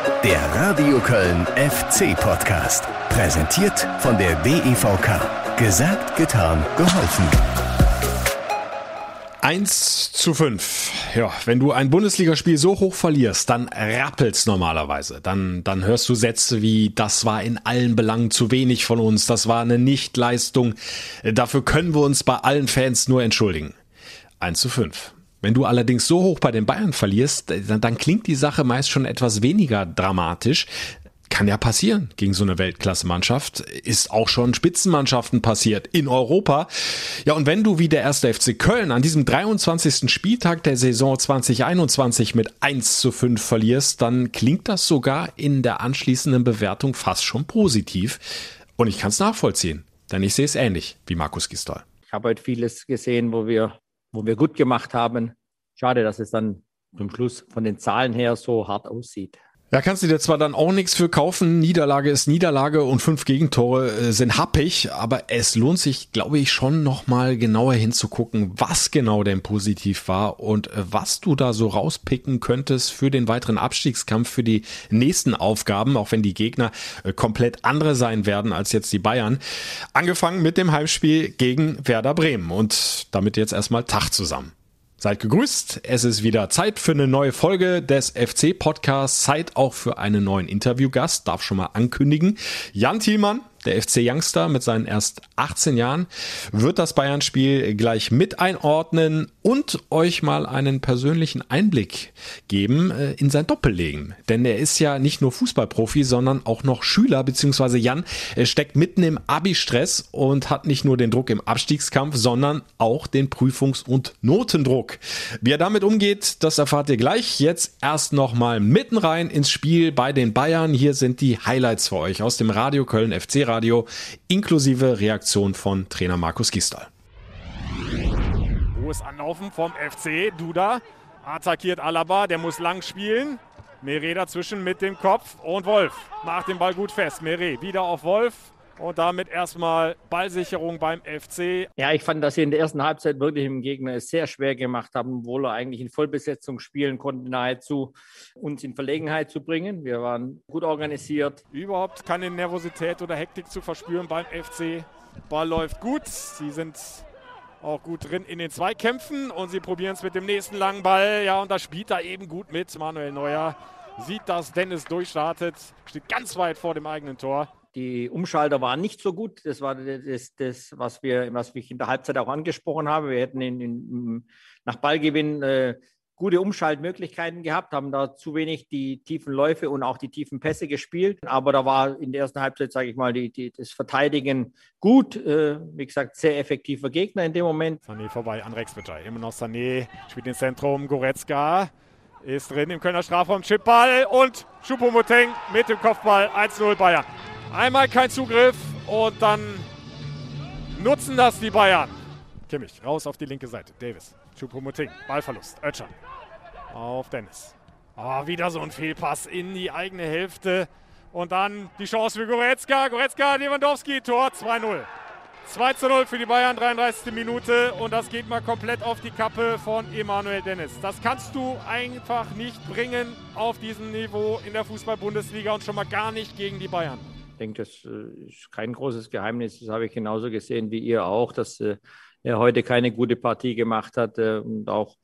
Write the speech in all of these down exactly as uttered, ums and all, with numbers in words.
Der Radio Köln F C-Podcast. Präsentiert von der D E V K. Gesagt, getan, geholfen. eins zu fünf. Ja, wenn du ein Bundesligaspiel so hoch verlierst, dann rappelt's normalerweise. Dann, dann hörst du Sätze wie, das war in allen Belangen zu wenig von uns, das war eine Nichtleistung. Dafür können wir uns bei allen Fans nur entschuldigen. eins zu fünf. Wenn du allerdings so hoch bei den Bayern verlierst, dann, dann klingt die Sache meist schon etwas weniger dramatisch. Kann ja passieren gegen so eine Weltklasse-Mannschaft. Ist auch schon Spitzenmannschaften passiert in Europa. Ja, und wenn du wie der erste F C Köln an diesem dreiundzwanzigsten Spieltag der Saison zwanzig einundzwanzig mit eins zu fünf verlierst, dann klingt das sogar in der anschließenden Bewertung fast schon positiv. Und ich kann es nachvollziehen, denn ich sehe es ähnlich wie Markus Gisdol. Ich habe heute vieles gesehen, wo wir, wo wir gut gemacht haben. Schade, dass es dann zum Schluss von den Zahlen her so hart aussieht. Da kannst du dir zwar dann auch nichts für kaufen, Niederlage ist Niederlage und fünf Gegentore äh, sind happig, aber es lohnt sich, glaube ich, schon nochmal genauer hinzugucken, was genau denn positiv war und äh, was du da so rauspicken könntest für den weiteren Abstiegskampf, für die nächsten Aufgaben, auch wenn die Gegner äh, komplett andere sein werden als jetzt die Bayern. Angefangen mit dem Heimspiel gegen Werder Bremen und damit jetzt erstmal Tag zusammen. Seid gegrüßt, es ist wieder Zeit für eine neue Folge des F C-Podcasts, Zeit auch für einen neuen Interviewgast, darf schon mal ankündigen. Jan Thielmann, der F C-Youngster mit seinen erst achtzehn Jahren, wird das Bayern-Spiel gleich mit einordnen und euch mal einen persönlichen Einblick geben äh, in sein Doppelleben. Denn er ist ja nicht nur Fußballprofi, sondern auch noch Schüler, beziehungsweise Jan äh, steckt mitten im Abi-Stress und hat nicht nur den Druck im Abstiegskampf, sondern auch den Prüfungs- und Notendruck. Wie er damit umgeht, das erfahrt ihr gleich. Jetzt erst nochmal mitten rein ins Spiel bei den Bayern. Hier sind die Highlights für euch aus dem Radio Köln F C Radio, inklusive Reaktion von Trainer Markus Gisdol. Hohes Anlaufen vom F C. Duda attackiert Alaba, der muss lang spielen. Meret dazwischen mit dem Kopf und Wolf macht den Ball gut fest. Meret wieder auf Wolf und damit erstmal Ballsicherung beim F C. Ja, ich fand, dass sie in der ersten Halbzeit wirklich dem Gegner es sehr schwer gemacht haben, obwohl er eigentlich in Vollbesetzung spielen konnte, nahezu uns in Verlegenheit zu bringen. Wir waren gut organisiert. Überhaupt keine Nervosität oder Hektik zu verspüren beim F C. Ball läuft gut, sie sind auch gut drin in den Zweikämpfen und sie probieren es mit dem nächsten langen Ball. Ja, und da spielt er eben gut mit. Manuel Neuer sieht, dass Dennis durchstartet, steht ganz weit vor dem eigenen Tor. Die Umschalter waren nicht so gut. Das war das, das was, wir, was ich in der Halbzeit auch angesprochen habe. Wir hätten in, in, nach Ballgewinn äh, gute Umschaltmöglichkeiten gehabt, haben da zu wenig die tiefen Läufe und auch die tiefen Pässe gespielt. Aber da war in der ersten Halbzeit, sage ich mal, die, die, das Verteidigen gut. Äh, wie gesagt, sehr effektiver Gegner in dem Moment. Sané vorbei an Rex Bitschei. Immer noch Sané, spielt ins Zentrum. Goretzka ist drin im Kölner Strafraum. Chipball und Choupo-Moting mit dem Kopfball. eins zu null Bayern. Einmal kein Zugriff und dann nutzen das die Bayern. Kimmich raus auf die linke Seite. Davis, Choupo-Moting, Ballverlust. Özcan auf Dennis. Oh, wieder so ein Fehlpass in die eigene Hälfte. Und dann die Chance für Goretzka. Goretzka, Lewandowski, Tor zwei null. zwei zu null für die Bayern, dreiunddreißigste Minute. Und das geht mal komplett auf die Kappe von Emmanuel Dennis. Das kannst du einfach nicht bringen auf diesem Niveau in der Fußball-Bundesliga und schon mal gar nicht gegen die Bayern. Ich denke, das ist kein großes Geheimnis. Das habe ich genauso gesehen wie ihr auch, dass er heute keine gute Partie gemacht hat und auch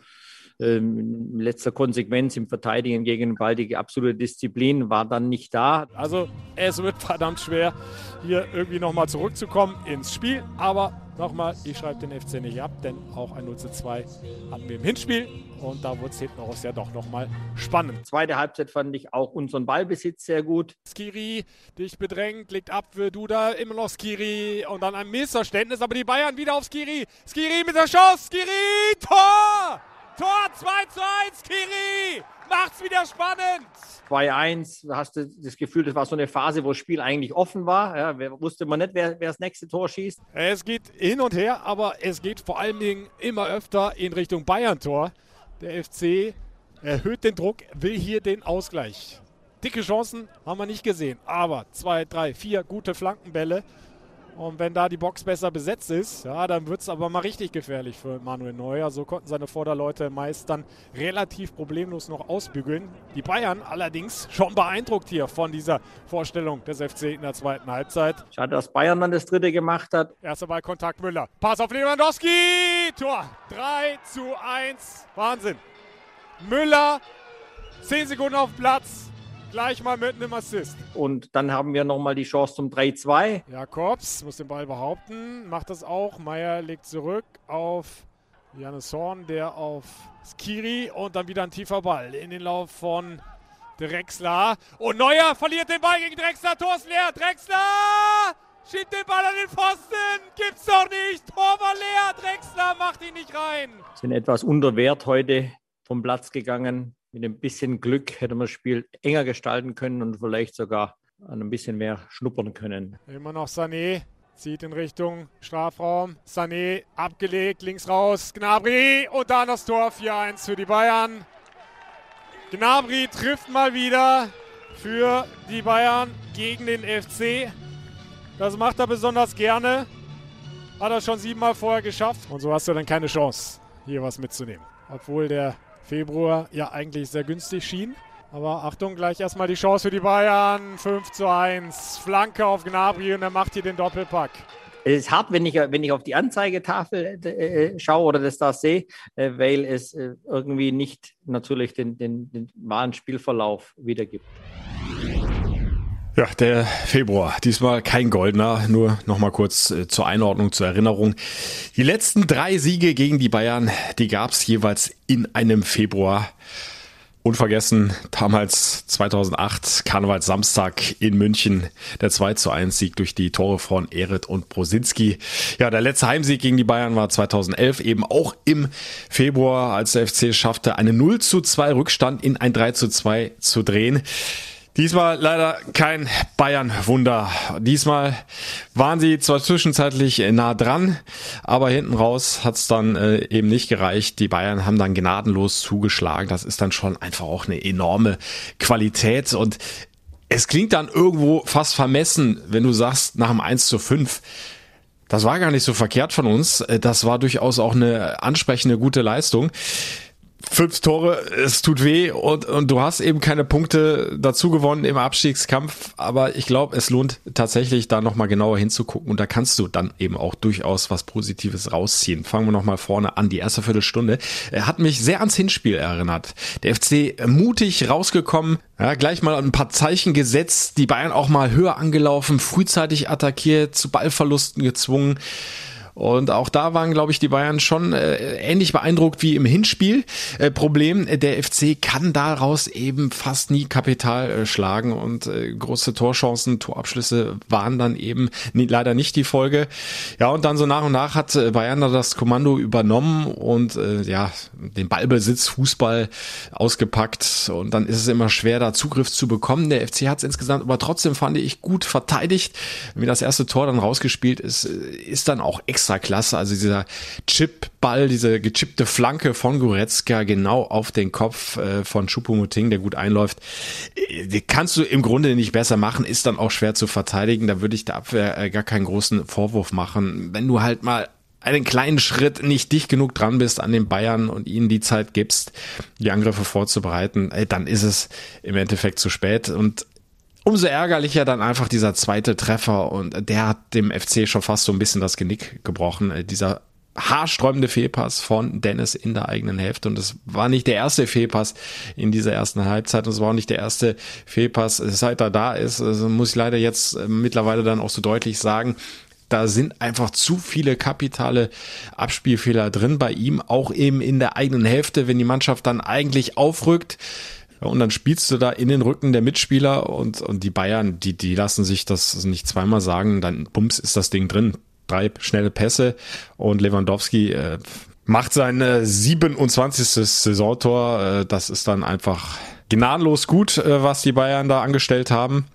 in letzter Konsequenz im Verteidigen gegen den Ball. Die absolute Disziplin war dann nicht da. Also es wird verdammt schwer, hier irgendwie nochmal zurückzukommen ins Spiel. Aber nochmal, ich schreibe den F C nicht ab, denn auch ein null zu zwei hatten wir im Hinspiel. Und da wurde es hinten raus ja doch nochmal spannend. Zweite Halbzeit fand ich auch unseren Ballbesitz sehr gut. Skiri, dich bedrängt, legt ab für Duda, immer noch Skiri und dann ein Missverständnis. Aber die Bayern wieder auf Skiri. Skiri mit der Chance, Skiri, Tor! Tor zwei zu eins, Skiri! Macht's wieder spannend! zwei eins, da hast du das Gefühl, das war so eine Phase, wo das Spiel eigentlich offen war. Ja, wer, wusste man nicht, wer, wer das nächste Tor schießt. Es geht hin und her, aber es geht vor allen Dingen immer öfter in Richtung Bayern-Tor. Der F C erhöht den Druck, will hier den Ausgleich. Dicke Chancen haben wir nicht gesehen, aber zwei, drei, vier gute Flankenbälle. Und wenn da die Box besser besetzt ist, ja, dann wird es aber mal richtig gefährlich für Manuel Neuer. So konnten seine Vorderleute meist dann relativ problemlos noch ausbügeln. Die Bayern allerdings schon beeindruckt hier von dieser Vorstellung des F C in der zweiten Halbzeit. Schade, dass Bayern dann das dritte gemacht hat. Erster Ballkontakt Müller. Pass auf Lewandowski. Tor. drei zu eins. Wahnsinn. Müller, zehn Sekunden auf Platz. Gleich mal mit einem Assist. Und dann haben wir nochmal die Chance zum drei zwei. Jakobs muss den Ball behaupten, macht das auch. Meier legt zurück auf Jannis Horn, der auf Skiri und dann wieder ein tiefer Ball in den Lauf von Drexler. Und Neuer verliert den Ball gegen Drexler, Tor ist leer. Drexler schiebt den Ball an den Pfosten, gibt's doch nicht. Tor war leer, Drexler macht ihn nicht rein. Sind etwas unter Wert heute vom Platz gegangen. Mit ein bisschen Glück hätte man das Spiel enger gestalten können und vielleicht sogar an ein bisschen mehr schnuppern können. Immer noch Sané, zieht in Richtung Strafraum. Sané abgelegt, links raus, Gnabry und dann das Tor vier eins für die Bayern. Gnabry trifft mal wieder für die Bayern gegen den F C. Das macht er besonders gerne. Hat er schon siebenmal vorher geschafft. Und so hast du dann keine Chance, hier was mitzunehmen. Obwohl der Februar ja eigentlich sehr günstig schien. Aber Achtung, gleich erstmal die Chance für die Bayern. fünf zu eins. Flanke auf Gnabry und er macht hier den Doppelpack. Es ist hart, wenn ich, wenn ich auf die Anzeigetafel äh, schaue oder das da sehe, äh, weil es äh, irgendwie nicht natürlich den, den, den wahren Spielverlauf wiedergibt. Ja, der Februar, diesmal kein goldener, nur nochmal kurz äh, zur Einordnung, zur Erinnerung. Die letzten drei Siege gegen die Bayern, die gab es jeweils in einem Februar. Unvergessen, damals zweitausendacht, Karnevalssamstag in München, der zwei zu eins Sieg durch die Tore von Ehret und Brosinski. Ja, der letzte Heimsieg gegen die Bayern war zweitausendelf, eben auch im Februar, als der F C schaffte, einen null zu zwei Rückstand in ein drei zu zwei zu drehen. Diesmal leider kein Bayern-Wunder. Diesmal waren sie zwar zwischenzeitlich nah dran, aber hinten raus hat es dann äh, eben nicht gereicht. Die Bayern haben dann gnadenlos zugeschlagen. Das ist dann schon einfach auch eine enorme Qualität. Und es klingt dann irgendwo fast vermessen, wenn du sagst, nach dem eins zu fünf, das war gar nicht so verkehrt von uns. Das war durchaus auch eine ansprechende, gute Leistung. Fünf Tore, es tut weh und, und du hast eben keine Punkte dazu gewonnen im Abstiegskampf, aber ich glaube, es lohnt tatsächlich, da nochmal genauer hinzugucken und da kannst du dann eben auch durchaus was Positives rausziehen. Fangen wir nochmal vorne an, die erste Viertelstunde. Er hat mich sehr ans Hinspiel erinnert. Der F C mutig rausgekommen, ja, gleich mal ein paar Zeichen gesetzt, die Bayern auch mal höher angelaufen, frühzeitig attackiert, zu Ballverlusten gezwungen. Und auch da waren, glaube ich, die Bayern schon äh, ähnlich beeindruckt wie im Hinspiel. Äh, Problem, der F C kann daraus eben fast nie Kapital äh, schlagen und äh, große Torchancen, Torabschlüsse waren dann eben nie, leider nicht die Folge. Ja, und dann so nach und nach hat äh, Bayern da das Kommando übernommen und äh, ja, den Ballbesitz, Fußball ausgepackt und dann ist es immer schwer, da Zugriff zu bekommen. Der F C hat es insgesamt aber trotzdem, fand ich, gut verteidigt. Wie das erste Tor dann rausgespielt ist, ist dann auch extra klasse, also dieser Chipball, diese gechippte Flanke von Goretzka genau auf den Kopf äh, von Choupo-Moting, der gut einläuft, die kannst du im Grunde nicht besser machen, ist dann auch schwer zu verteidigen, da würde ich der Abwehr äh, gar keinen großen Vorwurf machen, wenn du halt mal einen kleinen Schritt nicht dicht genug dran bist an den Bayern und ihnen die Zeit gibst, die Angriffe vorzubereiten, äh, dann ist es im Endeffekt zu spät und umso ärgerlicher dann einfach dieser zweite Treffer und der hat dem F C schon fast so ein bisschen das Genick gebrochen. Dieser haarsträubende Fehlpass von Dennis in der eigenen Hälfte und es war nicht der erste Fehlpass in dieser ersten Halbzeit und es war auch nicht der erste Fehlpass, seit er da ist. Also muss ich leider jetzt mittlerweile dann auch so deutlich sagen, da sind einfach zu viele kapitale Abspielfehler drin bei ihm, auch eben in der eigenen Hälfte, wenn die Mannschaft dann eigentlich aufrückt. Ja, und dann spielst du da in den Rücken der Mitspieler und, und die Bayern, die, die lassen sich das nicht zweimal sagen, dann bums ist das Ding drin. Drei schnelle Pässe und Lewandowski äh, macht sein äh, siebenundzwanzigste Saisontor. Äh, das ist dann einfach gnadenlos gut, äh, was die Bayern da angestellt haben.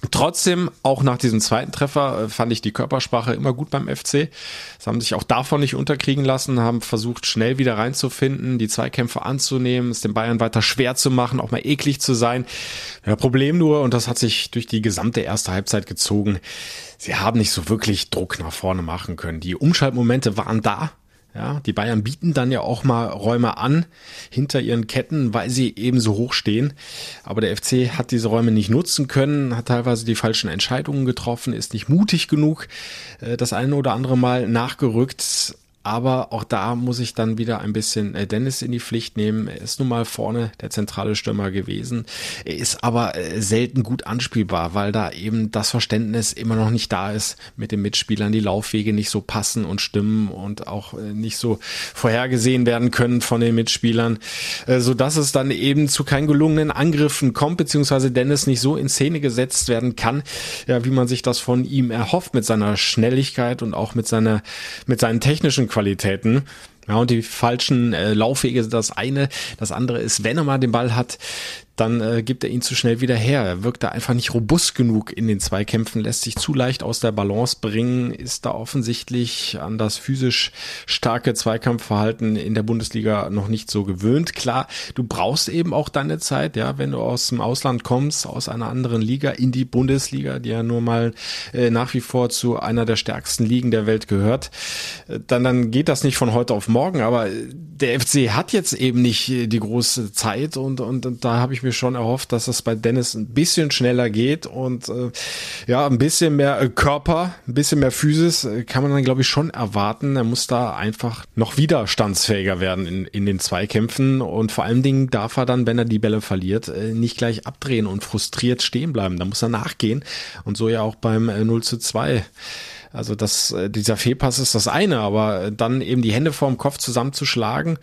Trotzdem, auch nach diesem zweiten Treffer fand ich die Körpersprache immer gut beim F C. Sie haben sich auch davon nicht unterkriegen lassen, haben versucht, schnell wieder reinzufinden, die Zweikämpfe anzunehmen, es den Bayern weiter schwer zu machen, auch mal eklig zu sein. Ja, Problem nur, und das hat sich durch die gesamte erste Halbzeit gezogen, sie haben nicht so wirklich Druck nach vorne machen können. Die Umschaltmomente waren da. Ja, die Bayern bieten dann ja auch mal Räume an hinter ihren Ketten, weil sie eben so hoch stehen. Aber der F C hat diese Räume nicht nutzen können, hat teilweise die falschen Entscheidungen getroffen, ist nicht mutig genug, das eine oder andere Mal nachgerückt. Aber auch da muss ich dann wieder ein bisschen Dennis in die Pflicht nehmen. Er ist nun mal vorne der zentrale Stürmer gewesen. Er ist aber selten gut anspielbar, weil da eben das Verständnis immer noch nicht da ist mit den Mitspielern. Die Laufwege nicht so passen und stimmen und auch nicht so vorhergesehen werden können von den Mitspielern, sodass es dann eben zu keinen gelungenen Angriffen kommt, beziehungsweise Dennis nicht so in Szene gesetzt werden kann, ja, wie man sich das von ihm erhofft mit seiner Schnelligkeit und auch mit seiner, mit seinen technischen Qualitäten. Ja, und die falschen äh, Laufwege sind das eine. Das andere ist, wenn er mal den Ball hat, dann äh, gibt er ihn zu schnell wieder her. Er wirkt da einfach nicht robust genug in den Zweikämpfen, lässt sich zu leicht aus der Balance bringen, ist da offensichtlich an das physisch starke Zweikampfverhalten in der Bundesliga noch nicht so gewöhnt. Klar, du brauchst eben auch deine Zeit, ja, wenn du aus dem Ausland kommst, aus einer anderen Liga in die Bundesliga, die ja nur mal äh, nach wie vor zu einer der stärksten Ligen der Welt gehört, äh, dann, dann geht das nicht von heute auf morgen, aber der F C hat jetzt eben nicht die große Zeit und, und, und da habe ich mir schon erhofft, dass es bei Dennis ein bisschen schneller geht und äh, ja, ein bisschen mehr äh, Körper, ein bisschen mehr Physis äh, kann man dann, glaube ich, schon erwarten. Er muss da einfach noch widerstandsfähiger werden in, in den Zweikämpfen und vor allen Dingen darf er dann, wenn er die Bälle verliert, äh, nicht gleich abdrehen und frustriert stehen bleiben. Da muss er nachgehen und so ja auch beim äh, null zu zwei. Also das, dieser Fehlpass ist das eine, aber dann eben die Hände vorm Kopf zusammenzuschlagen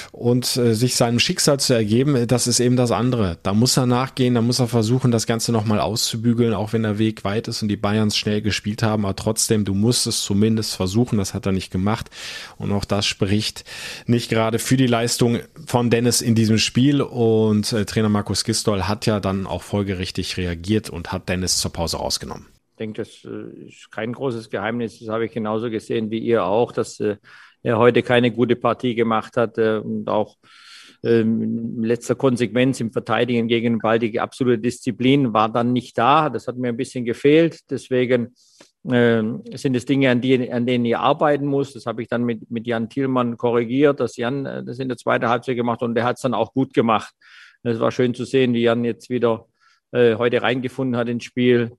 und äh, sich seinem Schicksal zu ergeben, das ist eben das andere. Da muss er nachgehen, da muss er versuchen, das Ganze nochmal auszubügeln, auch wenn der Weg weit ist und die Bayerns schnell gespielt haben, aber trotzdem, du musst es zumindest versuchen, das hat er nicht gemacht und auch das spricht nicht gerade für die Leistung von Dennis in diesem Spiel und äh, Trainer Markus Gisdol hat ja dann auch folgerichtig reagiert und hat Dennis zur Pause rausgenommen. Ich denke, das ist kein großes Geheimnis. Das habe ich genauso gesehen wie ihr auch, dass äh, er heute keine gute Partie gemacht hat äh, und auch äh, in letzter Konsequenz im Verteidigen gegen den Ball. Die absolute Disziplin war dann nicht da. Das hat mir ein bisschen gefehlt. Deswegen äh, sind es Dinge, an, die, an denen ihr arbeiten muss. Das habe ich dann mit, mit Jan Thielmann korrigiert, dass Jan äh, das in der zweiten Halbzeit gemacht hat und der hat es dann auch gut gemacht. Es war schön zu sehen, wie Jan jetzt wieder äh, heute reingefunden hat ins Spiel.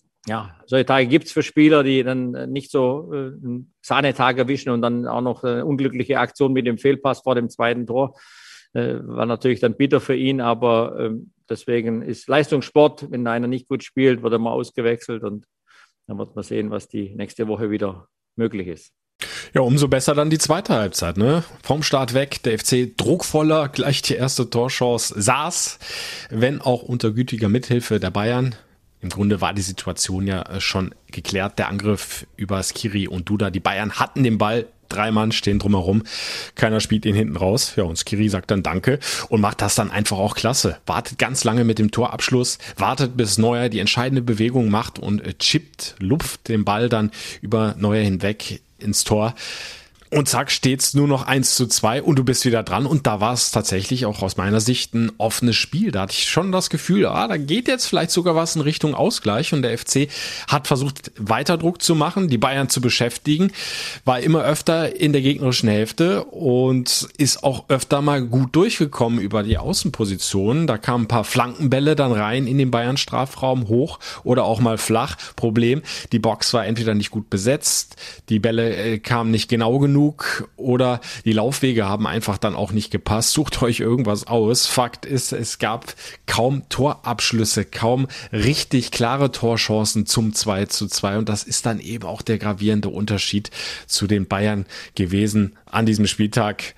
Ja, solche Tage gibt es für Spieler, die dann nicht so äh, einen Sahnetag erwischen und dann auch noch eine unglückliche Aktion mit dem Fehlpass vor dem zweiten Tor. Äh, war natürlich dann bitter für ihn, aber äh, deswegen ist Leistungssport, wenn einer nicht gut spielt, wird er mal ausgewechselt und dann wird man sehen, was die nächste Woche wieder möglich ist. Ja, umso besser dann die zweite Halbzeit, ne? Vom Start weg, der F C druckvoller, gleich die erste Torchance saß, wenn auch unter gütiger Mithilfe der Bayern. Im Grunde war die Situation ja schon geklärt, der Angriff über Skiri und Duda. Die Bayern hatten den Ball, drei Mann stehen drumherum, keiner spielt ihn hinten raus. Ja, und Skiri sagt dann Danke und macht das dann einfach auch klasse. Wartet ganz lange mit dem Torabschluss, wartet bis Neuer die entscheidende Bewegung macht und chippt, lupft den Ball dann über Neuer hinweg ins Tor. Und zack, steht's nur noch eins zu zwei und du bist wieder dran. Und da war es tatsächlich auch aus meiner Sicht ein offenes Spiel. Da hatte ich schon das Gefühl, ah, da geht jetzt vielleicht sogar was in Richtung Ausgleich. Und der F C hat versucht, weiter Druck zu machen, die Bayern zu beschäftigen, war immer öfter in der gegnerischen Hälfte und ist auch öfter mal gut durchgekommen über die Außenpositionen. Da kamen ein paar Flankenbälle dann rein in den Bayern-Strafraum, hoch oder auch mal flach. Problem, die Box war entweder nicht gut besetzt, die Bälle äh, kamen nicht genau genug, oder die Laufwege haben einfach dann auch nicht gepasst. Sucht euch irgendwas aus. Fakt ist, es gab kaum Torabschlüsse, kaum richtig klare Torchancen zum zwei zu zwei und das ist dann eben auch der gravierende Unterschied zu den Bayern gewesen an diesem Spieltag.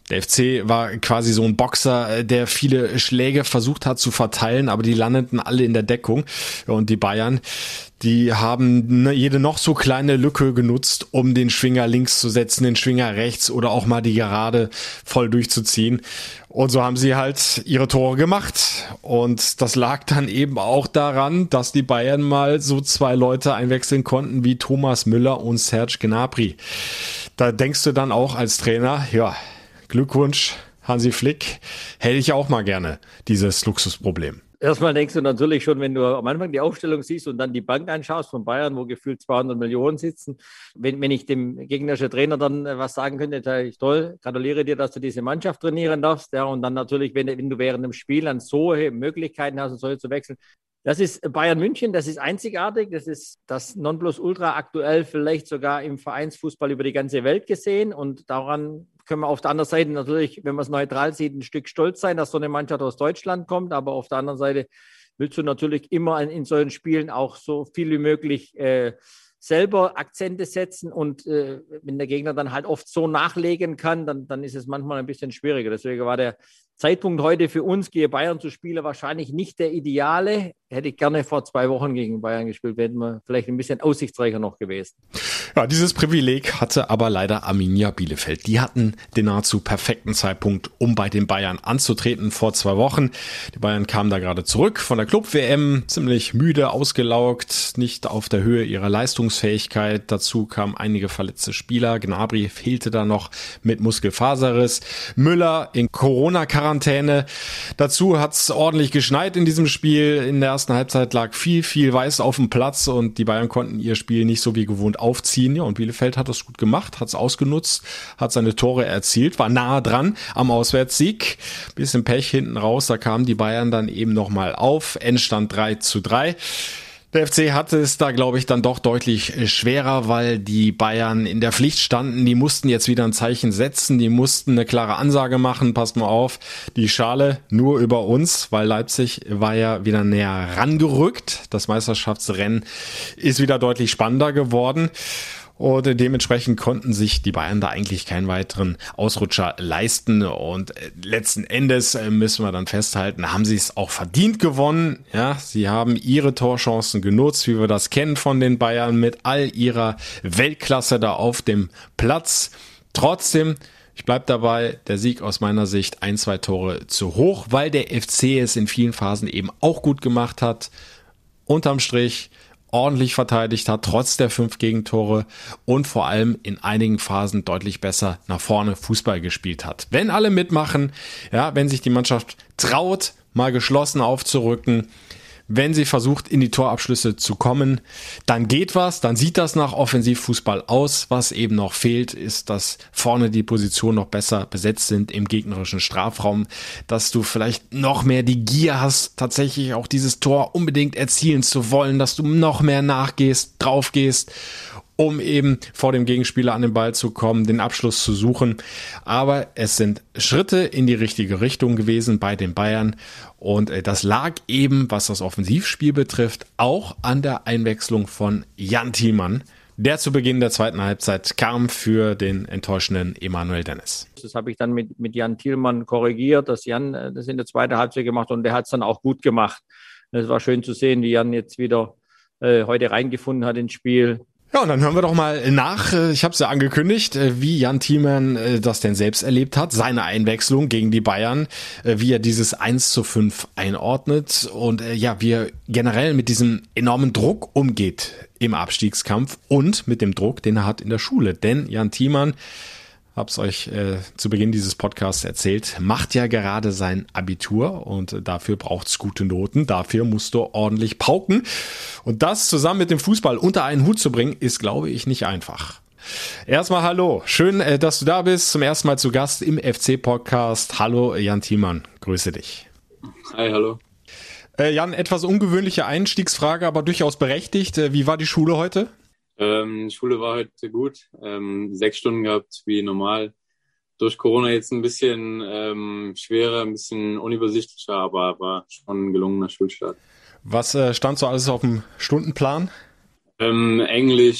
Der F C war quasi so ein Boxer, der viele Schläge versucht hat zu verteilen, aber die landeten alle in der Deckung. Und die Bayern, die haben jede noch so kleine Lücke genutzt, um den Schwinger links zu setzen, den Schwinger rechts oder auch mal die Gerade voll durchzuziehen. Und so haben sie halt ihre Tore gemacht. Und das lag dann eben auch daran, dass die Bayern mal so zwei Leute einwechseln konnten wie Thomas Müller und Serge Gnabry. Da denkst du dann auch als Trainer, ja, Glückwunsch, Hansi Flick, hätte ich auch mal gerne, dieses Luxusproblem. Erstmal denkst du natürlich schon, wenn du am Anfang die Aufstellung siehst und dann die Bank anschaust von Bayern, wo gefühlt zweihundert Millionen sitzen. Wenn, wenn ich dem gegnerischen Trainer dann was sagen könnte, sage ich, toll, gratuliere dir, dass du diese Mannschaft trainieren darfst. Ja, und dann natürlich, wenn, wenn du während dem Spiel dann so Möglichkeiten hast, solche zu wechseln. Das ist Bayern München, das ist einzigartig, das ist das Nonplusultra aktuell vielleicht sogar im Vereinsfußball über die ganze Welt gesehen und daran können wir auf der anderen Seite natürlich, wenn man es neutral sieht, ein Stück stolz sein, dass so eine Mannschaft aus Deutschland kommt, aber auf der anderen Seite willst du natürlich immer in, in solchen Spielen auch so viel wie möglich äh, selber Akzente setzen und äh, wenn der Gegner dann halt oft so nachlegen kann, dann, dann ist es manchmal ein bisschen schwieriger. Deswegen war der Zeitpunkt heute für uns, gegen Bayern zu spielen, wahrscheinlich nicht der ideale. Hätte ich gerne vor zwei Wochen gegen Bayern gespielt, wären wir vielleicht ein bisschen aussichtsreicher noch gewesen. Ja, dieses Privileg hatte aber leider Arminia Bielefeld. Die hatten den nahezu perfekten Zeitpunkt, um bei den Bayern anzutreten vor zwei Wochen. Die Bayern kamen da gerade zurück von der Club-W M, ziemlich müde, ausgelaugt, nicht auf der Höhe ihrer Leistungsfähigkeit. Dazu kamen einige verletzte Spieler. Gnabry fehlte da noch mit Muskelfaserriss. Müller in Corona-Quarantäne. Dazu hat es ordentlich geschneit in diesem Spiel. In der ersten Halbzeit lag viel, viel Weiß auf dem Platz und die Bayern konnten ihr Spiel nicht so wie gewohnt aufziehen. Ja, und Bielefeld hat das gut gemacht, hat es ausgenutzt, hat seine Tore erzielt, war nahe dran am Auswärtssieg. Bisschen Pech hinten raus, da kamen die Bayern dann eben nochmal auf. Endstand drei zu drei. Der F C hatte es da, glaube ich, dann doch deutlich schwerer, weil die Bayern in der Pflicht standen. Die mussten jetzt wieder ein Zeichen setzen, die mussten eine klare Ansage machen. Passt mal auf, die Schale nur über uns, weil Leipzig war ja wieder näher rangerückt. Das Meisterschaftsrennen ist wieder deutlich spannender geworden. Und dementsprechend konnten sich die Bayern da eigentlich keinen weiteren Ausrutscher leisten. Und letzten Endes müssen wir dann festhalten, haben sie es auch verdient gewonnen. Ja, sie haben ihre Torchancen genutzt, wie wir das kennen von den Bayern, mit all ihrer Weltklasse da auf dem Platz. Trotzdem, ich bleib dabei, der Sieg aus meiner Sicht ein, zwei Tore zu hoch, weil der F C es in vielen Phasen eben auch gut gemacht hat. Unterm Strich ordentlich verteidigt hat, trotz der fünf Gegentore und vor allem in einigen Phasen deutlich besser nach vorne Fußball gespielt hat. Wenn alle mitmachen, ja, wenn sich die Mannschaft traut, mal geschlossen aufzurücken, wenn sie versucht, in die Torabschlüsse zu kommen, dann geht was, dann sieht das nach Offensivfußball aus. Was eben noch fehlt, ist, dass vorne die Positionen noch besser besetzt sind im gegnerischen Strafraum, dass du vielleicht noch mehr die Gier hast, tatsächlich auch dieses Tor unbedingt erzielen zu wollen, dass du noch mehr nachgehst, draufgehst, um eben vor dem Gegenspieler an den Ball zu kommen, den Abschluss zu suchen. Aber es sind Schritte in die richtige Richtung gewesen bei den Bayern. Und das lag eben, was das Offensivspiel betrifft, auch an der Einwechslung von Jan Thielmann, der zu Beginn der zweiten Halbzeit kam für den enttäuschenden Emanuel Dennis. Das habe ich dann mit, mit Jan Thielmann korrigiert, dass Jan das in der zweiten Halbzeit gemacht hat und der hat es dann auch gut gemacht. Es war schön zu sehen, wie Jan jetzt wieder äh, heute reingefunden hat ins Spiel. Ja, und dann hören wir doch mal nach, ich habe es ja angekündigt, wie Jan Thielmann das denn selbst erlebt hat, seine Einwechslung gegen die Bayern, wie er dieses eins zu fünf einordnet und ja, wie er generell mit diesem enormen Druck umgeht im Abstiegskampf und mit dem Druck, den er hat in der Schule. Denn Jan Thielmann, hab's euch äh, zu Beginn dieses Podcasts erzählt, macht ja gerade sein Abitur und dafür braucht's gute Noten, dafür musst du ordentlich pauken und das zusammen mit dem Fußball unter einen Hut zu bringen, ist, glaube ich, nicht einfach. Erstmal hallo, schön, äh, dass du da bist, zum ersten Mal zu Gast im F C-Podcast. Hallo Jan Thielmann, grüße dich. Hi, hallo. Äh, Jan, etwas ungewöhnliche Einstiegsfrage, aber durchaus berechtigt. Äh, wie war die Schule heute? Ähm, Schule war heute gut, ähm, sechs Stunden gehabt, wie normal. Durch Corona jetzt ein bisschen ähm, schwerer, ein bisschen unübersichtlicher, aber war schon ein gelungener Schulstart. Was äh, stand so alles auf dem Stundenplan? Ähm, Englisch,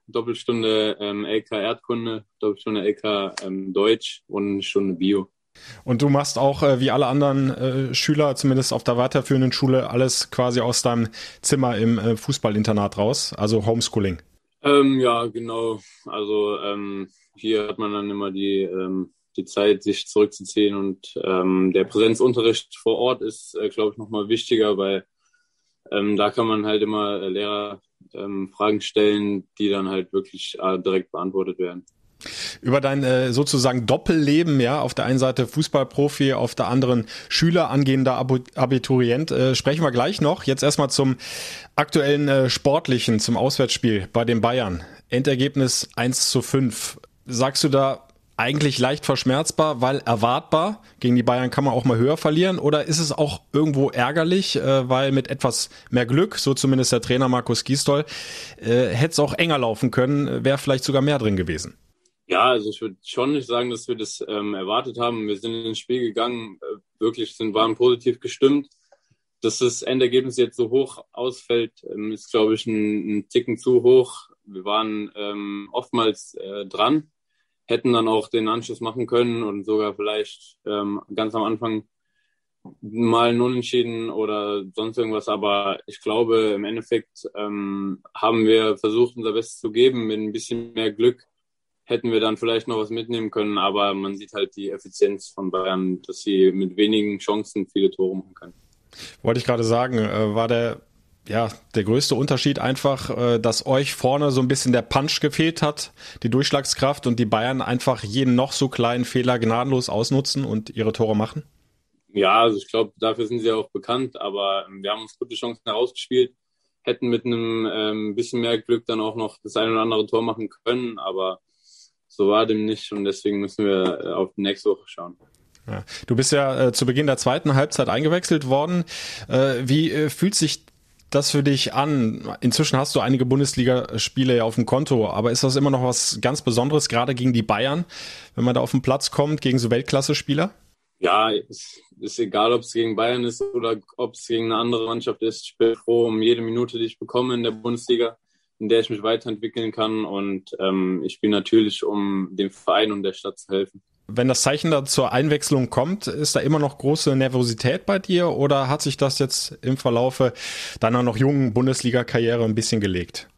Doppelstunde ähm, L K Erdkunde, Doppelstunde L K ähm, Deutsch und eine Stunde Bio. Und du machst auch, äh, wie alle anderen äh, Schüler, zumindest auf der weiterführenden Schule, alles quasi aus deinem Zimmer im äh, Fußballinternat raus, also Homeschooling. Ähm, ja, genau. Also ähm, hier hat man dann immer die, ähm, die Zeit, sich zurückzuziehen und ähm, der Präsenzunterricht vor Ort ist, äh, glaube ich, nochmal wichtiger, weil ähm, da kann man halt immer äh, Lehrer ähm, Fragen stellen, die dann halt wirklich äh, direkt beantwortet werden. Über dein äh, sozusagen Doppelleben, ja, auf der einen Seite Fußballprofi, auf der anderen Schüler, angehender Ab- Abiturient, äh, sprechen wir gleich noch. Jetzt erstmal zum aktuellen äh, Sportlichen, zum Auswärtsspiel bei den Bayern. Endergebnis eins zu fünf. Sagst du da eigentlich leicht verschmerzbar, weil erwartbar? Gegen die Bayern kann man auch mal höher verlieren. Oder ist es auch irgendwo ärgerlich, äh, weil mit etwas mehr Glück, so zumindest der Trainer Markus Gisdol, äh, hätte es auch enger laufen können, wäre vielleicht sogar mehr drin gewesen? Ja, also ich würde schon nicht sagen, dass wir das ähm, erwartet haben. Wir sind ins Spiel gegangen, äh, wirklich sind, waren positiv gestimmt. Dass das Endergebnis jetzt so hoch ausfällt, ähm, ist, glaube ich, ein, ein Ticken zu hoch. Wir waren ähm, oftmals äh, dran, hätten dann auch den Anschluss machen können und sogar vielleicht ähm, ganz am Anfang mal ein Unentschieden oder sonst irgendwas. Aber ich glaube, im Endeffekt ähm, haben wir versucht, unser Bestes zu geben. Mit ein bisschen mehr Glück hätten wir dann vielleicht noch was mitnehmen können, aber man sieht halt die Effizienz von Bayern, dass sie mit wenigen Chancen viele Tore machen können. Wollte ich gerade sagen, äh, war der, ja, der größte Unterschied einfach, äh, dass euch vorne so ein bisschen der Punch gefehlt hat, die Durchschlagskraft und die Bayern einfach jeden noch so kleinen Fehler gnadenlos ausnutzen und ihre Tore machen? Ja, also ich glaube, dafür sind sie auch bekannt, aber ähm, wir haben uns gute Chancen herausgespielt, hätten mit einem ähm, bisschen mehr Glück dann auch noch das ein oder andere Tor machen können, aber so war dem nicht und deswegen müssen wir auf die nächste Woche schauen. Ja. Du bist ja äh, zu Beginn der zweiten Halbzeit eingewechselt worden. Äh, wie äh, fühlt sich das für dich an? Inzwischen hast du einige Bundesligaspiele ja auf dem Konto, aber ist das immer noch was ganz Besonderes, gerade gegen die Bayern, wenn man da auf den Platz kommt, gegen so Weltklasse-Spieler? Ja, es ist egal, ob es gegen Bayern ist oder ob es gegen eine andere Mannschaft ist. Ich bin froh um jede Minute, die ich bekomme in der Bundesliga, in der ich mich weiterentwickeln kann und ähm, ich spiele natürlich, um dem Verein und der Stadt zu helfen. Wenn das Zeichen da zur Einwechslung kommt, ist da immer noch große Nervosität bei dir oder hat sich das jetzt im Verlaufe deiner noch jungen Bundesliga-Karriere ein bisschen gelegt?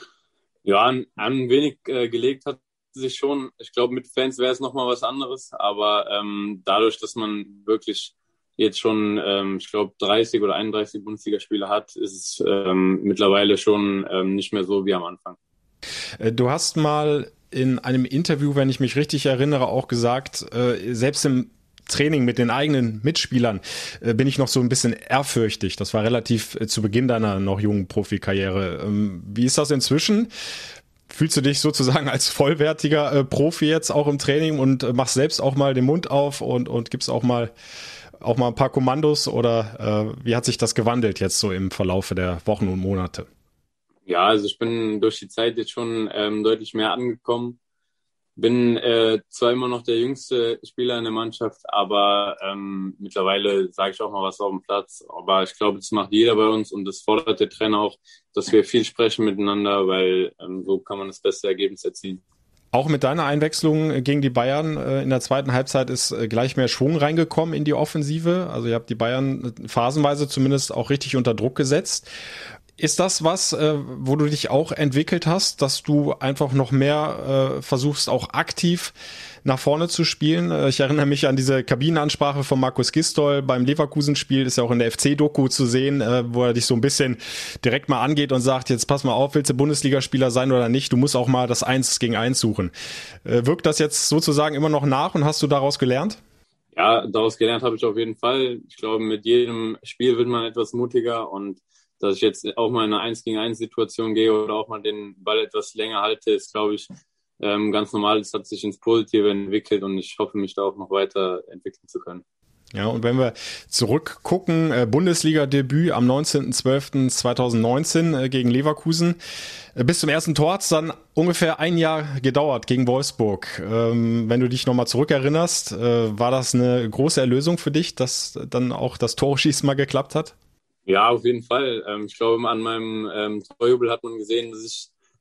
Ja, ein, ein wenig äh, gelegt hat sich schon. Ich glaube, mit Fans wäre es nochmal was anderes, aber ähm, dadurch, dass man wirklich jetzt schon, ähm, ich glaube, dreißig oder einunddreißig Bundesligaspiele hat, ist es ähm, mittlerweile schon ähm, nicht mehr so wie am Anfang. Du hast mal in einem Interview, wenn ich mich richtig erinnere, auch gesagt, äh, selbst im Training mit den eigenen Mitspielern äh, bin ich noch so ein bisschen ehrfürchtig. Das war relativ äh, zu Beginn deiner noch jungen Profikarriere. Ähm, wie ist das inzwischen? Fühlst du dich sozusagen als vollwertiger äh, Profi jetzt auch im Training und äh, machst selbst auch mal den Mund auf und, und gibst auch mal auch mal ein paar Kommandos oder äh, wie hat sich das gewandelt jetzt so im Verlaufe der Wochen und Monate? Ja, also ich bin durch die Zeit jetzt schon ähm, deutlich mehr angekommen. Bin äh, zwar immer noch der jüngste Spieler in der Mannschaft, aber ähm, mittlerweile sage ich auch mal was auf dem Platz. Aber ich glaube, das macht jeder bei uns und das fordert der Trainer auch, dass wir viel sprechen miteinander, weil ähm, so kann man das beste Ergebnis erzielen. Auch mit deiner Einwechslung gegen die Bayern äh, in der zweiten Halbzeit ist äh, gleich mehr Schwung reingekommen in die Offensive. Also ihr habt die Bayern phasenweise zumindest auch richtig unter Druck gesetzt. Ist das was, äh, wo du dich auch entwickelt hast, dass du einfach noch mehr äh, versuchst, auch aktiv nach vorne zu spielen? Äh, ich erinnere mich an diese Kabinenansprache von Markus Gisdol beim Leverkusen-Spiel, ist ja auch in der F C-Doku zu sehen, äh, wo er dich so ein bisschen direkt mal angeht und sagt, jetzt pass mal auf, willst du Bundesligaspieler sein oder nicht? Du musst auch mal das Eins gegen Eins suchen. Äh, wirkt das jetzt sozusagen immer noch nach und hast du daraus gelernt? Ja, daraus gelernt habe ich auf jeden Fall. Ich glaube, mit jedem Spiel wird man etwas mutiger und dass ich jetzt auch mal in eine eins gegen eins Situation gehe oder auch mal den Ball etwas länger halte, ist, glaube ich, ähm, ganz normal. Es hat sich ins Positive entwickelt und ich hoffe, mich da auch noch weiter entwickeln zu können. Ja, und wenn wir zurückgucken, äh, Bundesliga-Debüt am neunzehnten zwölften zweitausendneunzehn äh, gegen Leverkusen. Äh, bis zum ersten Tor hat es dann ungefähr ein Jahr gedauert gegen Wolfsburg. Ähm, wenn du dich nochmal zurückerinnerst, äh, war das eine große Erlösung für dich, dass dann auch das Torschießen mal geklappt hat? Ja, auf jeden Fall. Ähm, ich glaube, an meinem ähm, Torjubel hat man gesehen, dass ich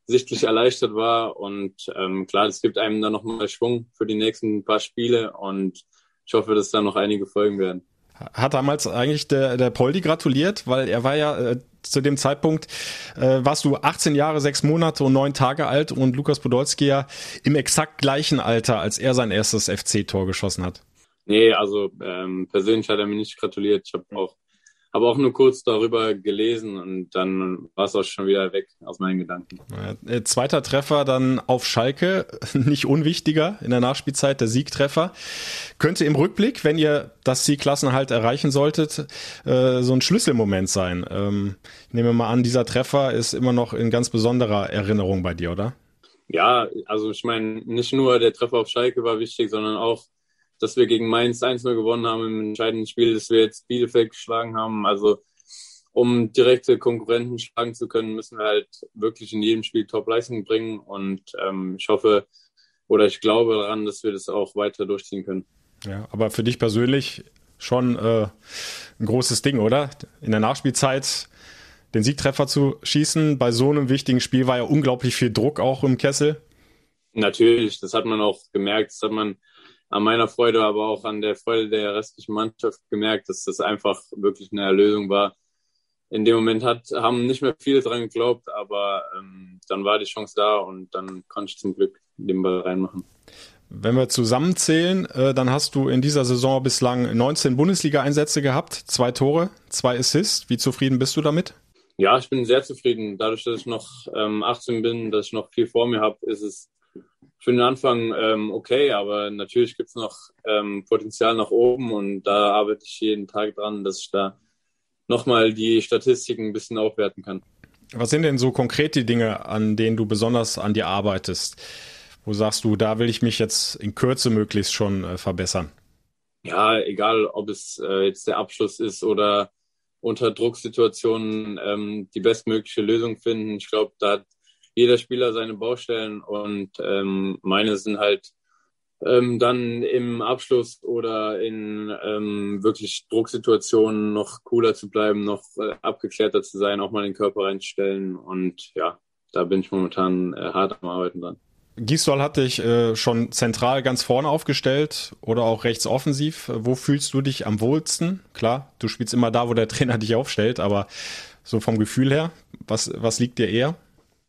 sichtlich erleichtert war. Und ähm, klar, es gibt einem dann nochmal Schwung für die nächsten paar Spiele und ich hoffe, dass da noch einige folgen werden. Hat damals eigentlich der, der Poldi gratuliert, weil er war ja äh, zu dem Zeitpunkt, äh, warst du achtzehn Jahre, sechs Monate und neun Tage alt und Lukas Podolski ja im exakt gleichen Alter, als er sein erstes F C-Tor geschossen hat. Nee, also ähm, persönlich hat er mir nicht gratuliert. Ich habe auch habe auch nur kurz darüber gelesen und dann war es auch schon wieder weg aus meinen Gedanken. Äh, zweiter Treffer dann auf Schalke, nicht unwichtiger in der Nachspielzeit, der Siegtreffer. Könnte im Rückblick, wenn ihr das Zielklassenhalt erreichen solltet, äh, so ein Schlüsselmoment sein. Ähm, ich nehme mal an, dieser Treffer ist immer noch in ganz besonderer Erinnerung bei dir, oder? Ja, also ich meine, nicht nur der Treffer auf Schalke war wichtig, sondern auch dass wir gegen Mainz eins null gewonnen haben im entscheidenden Spiel, dass wir jetzt Bielefeld geschlagen haben. Also um direkte Konkurrenten schlagen zu können, müssen wir halt wirklich in jedem Spiel Top-Leistung bringen. Und ähm, ich hoffe oder ich glaube daran, dass wir das auch weiter durchziehen können. Ja, aber für dich persönlich schon äh, ein großes Ding, oder? In der Nachspielzeit den Siegtreffer zu schießen. Bei so einem wichtigen Spiel war ja unglaublich viel Druck auch im Kessel. Natürlich, das hat man auch gemerkt. Das hat man an meiner Freude, aber auch an der Freude der restlichen Mannschaft gemerkt, dass das einfach wirklich eine Erlösung war. In dem Moment hat, haben nicht mehr viele dran geglaubt, aber ähm, dann war die Chance da und dann konnte ich zum Glück den Ball reinmachen. Wenn wir zusammenzählen, äh, dann hast du in dieser Saison bislang neunzehn Bundesliga-Einsätze gehabt, zwei Tore, zwei Assists. Wie zufrieden bist du damit? Ja, ich bin sehr zufrieden. Dadurch, dass ich noch ähm, achtzehn bin, dass ich noch viel vor mir habe, ist es für den Anfang ähm, okay, aber natürlich gibt es noch ähm, Potenzial nach oben und da arbeite ich jeden Tag dran, dass ich da nochmal die Statistiken ein bisschen aufwerten kann. Was sind denn so konkret die Dinge, an denen du besonders an dir arbeitest? Wo sagst du, da will ich mich jetzt in Kürze möglichst schon äh, verbessern? Ja, egal, ob es äh, jetzt der Abschluss ist oder unter Drucksituationen ähm, die bestmögliche Lösung finden. Ich glaube, da hat jeder Spieler seine Baustellen und ähm, meine sind halt ähm, dann im Abschluss oder in ähm, wirklich Drucksituationen noch cooler zu bleiben, noch äh, abgeklärter zu sein, auch mal den Körper reinstellen und ja, da bin ich momentan äh, hart am Arbeiten dran. Gisdol hat dich äh, schon zentral ganz vorne aufgestellt oder auch rechts offensiv. Wo fühlst du dich am wohlsten? Klar, du spielst immer da, wo der Trainer dich aufstellt, aber so vom Gefühl her, was, was liegt dir eher?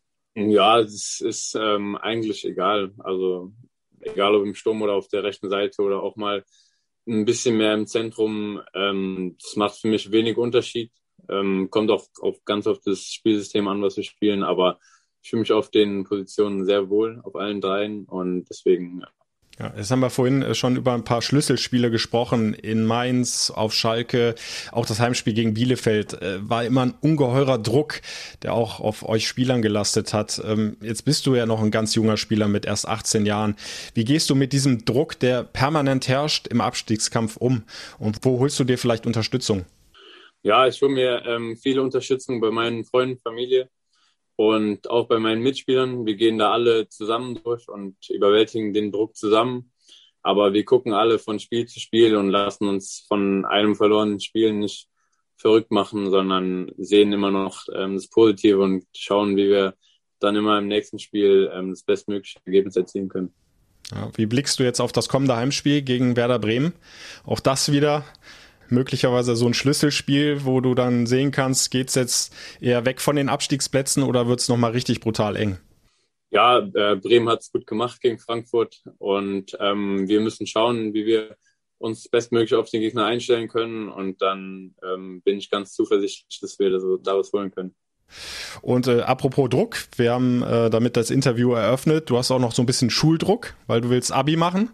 Ja, es ist ähm, eigentlich egal. Also egal ob im Sturm oder auf der rechten Seite oder auch mal ein bisschen mehr im Zentrum. Ähm, das macht für mich wenig Unterschied. Ähm, kommt auch auf, ganz auf das Spielsystem an, was wir spielen. Aber ich fühle mich auf den Positionen sehr wohl, auf allen dreien. Und deswegen... Ja, jetzt haben wir vorhin schon über ein paar Schlüsselspiele gesprochen. In Mainz, auf Schalke, auch das Heimspiel gegen Bielefeld äh, war immer ein ungeheurer Druck, der auch auf euch Spielern gelastet hat. Ähm, jetzt bist du ja noch ein ganz junger Spieler mit erst achtzehn Jahren. Wie gehst du mit diesem Druck, der permanent herrscht, im Abstiegskampf um? Und wo holst du dir vielleicht Unterstützung? Ja, ich hole mir ähm, viele Unterstützung bei meinen Freunden, Familie. Und auch bei meinen Mitspielern, wir gehen da alle zusammen durch und überwältigen den Druck zusammen. Aber wir gucken alle von Spiel zu Spiel und lassen uns von einem verlorenen Spiel nicht verrückt machen, sondern sehen immer noch ähm, das Positive und schauen, wie wir dann immer im nächsten Spiel ähm, das bestmögliche Ergebnis erzielen können. Ja, wie blickst du jetzt auf das kommende Heimspiel gegen Werder Bremen? Auch das wieder möglicherweise so ein Schlüsselspiel, wo du dann sehen kannst, geht's jetzt eher weg von den Abstiegsplätzen oder wird's nochmal richtig brutal eng? Ja, äh, Bremen hat's gut gemacht gegen Frankfurt und ähm, wir müssen schauen, wie wir uns bestmöglich auf den Gegner einstellen können und dann ähm, bin ich ganz zuversichtlich, dass wir das, da was holen können. Und äh, apropos Druck, wir haben äh, damit das Interview eröffnet, du hast auch noch so ein bisschen Schuldruck, weil du willst Abi machen.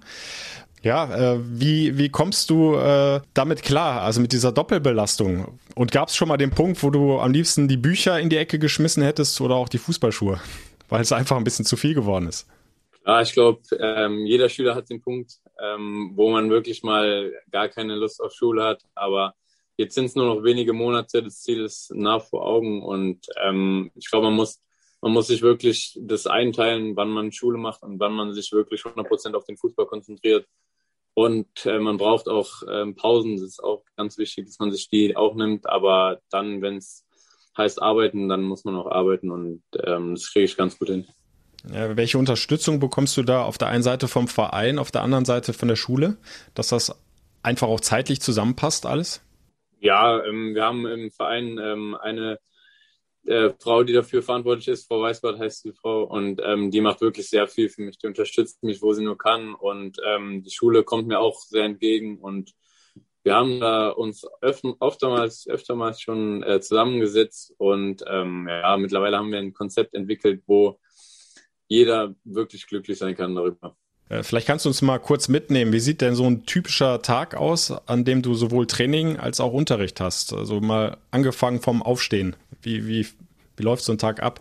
Ja, äh, wie, wie kommst du äh, damit klar, also mit dieser Doppelbelastung? Und gab es schon mal den Punkt, wo du am liebsten die Bücher in die Ecke geschmissen hättest oder auch die Fußballschuhe, weil es einfach ein bisschen zu viel geworden ist? Ja, ich glaube, ähm, jeder Schüler hat den Punkt, ähm, wo man wirklich mal gar keine Lust auf Schule hat, aber jetzt sind es nur noch wenige Monate, das Ziel ist nah vor Augen und ähm, ich glaube, man muss Man muss sich wirklich das einteilen, wann man Schule macht und wann man sich wirklich hundert Prozent auf den Fußball konzentriert. Und äh, man braucht auch ähm, Pausen. Das ist auch ganz wichtig, dass man sich die auch nimmt. Aber dann, wenn es heißt arbeiten, dann muss man auch arbeiten und ähm, das kriege ich ganz gut hin. Ja, welche Unterstützung bekommst du da auf der einen Seite vom Verein, auf der anderen Seite von der Schule, dass das einfach auch zeitlich zusammenpasst alles? Ja, ähm, wir haben im Verein ähm, eine äh, Frau, die dafür verantwortlich ist, Frau Weißbart heißt die Frau, und ähm, die macht wirklich sehr viel für mich, die unterstützt mich, wo sie nur kann, und ähm, die Schule kommt mir auch sehr entgegen, und wir haben da uns öf- oftmals, öftermals schon äh, zusammengesetzt, und ähm, ja, mittlerweile haben wir ein Konzept entwickelt, wo jeder wirklich glücklich sein kann darüber. Vielleicht kannst du uns mal kurz mitnehmen. Wie sieht denn so ein typischer Tag aus, an dem du sowohl Training als auch Unterricht hast? Also mal angefangen vom Aufstehen. Wie, wie, wie läuft so ein Tag ab?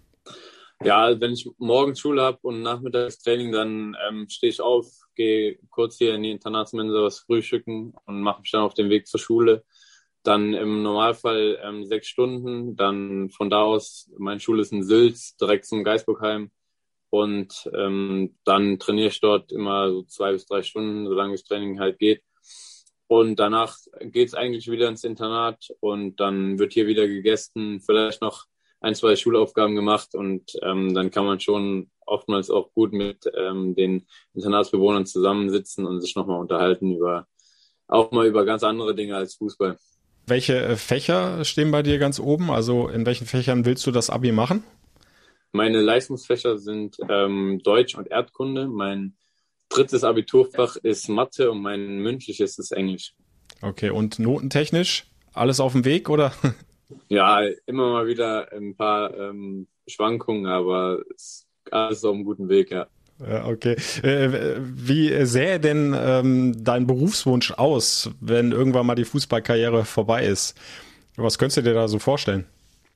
Ja, wenn ich morgens Schule habe und nachmittags Training, dann ähm, stehe ich auf, gehe kurz hier in die Internatsmensa was frühstücken und mache mich dann auf den Weg zur Schule. Dann im Normalfall ähm, sechs Stunden. Dann von da aus, meine Schule ist in Sülz, direkt zum Geisburgheim. Und ähm, dann trainiere ich dort immer so zwei bis drei Stunden, solange das Training halt geht. Und danach geht es eigentlich wieder ins Internat und dann wird hier wieder gegessen, vielleicht noch ein, zwei Schulaufgaben gemacht und ähm, dann kann man schon oftmals auch gut mit ähm, den Internatsbewohnern zusammensitzen und sich nochmal unterhalten über auch mal über ganz andere Dinge als Fußball. Welche Fächer stehen bei dir ganz oben? Also in welchen Fächern willst du das Abi machen? Meine Leistungsfächer sind ähm, Deutsch und Erdkunde. Mein drittes Abiturfach ist Mathe und mein mündliches ist Englisch. Okay, und notentechnisch alles auf dem Weg, oder? Ja, immer mal wieder ein paar ähm, Schwankungen, aber es ist alles auf einem guten Weg, ja. Ja, okay. Äh, wie sähe denn ähm, dein Berufswunsch aus, wenn irgendwann mal die Fußballkarriere vorbei ist? Was könntest du dir da so vorstellen?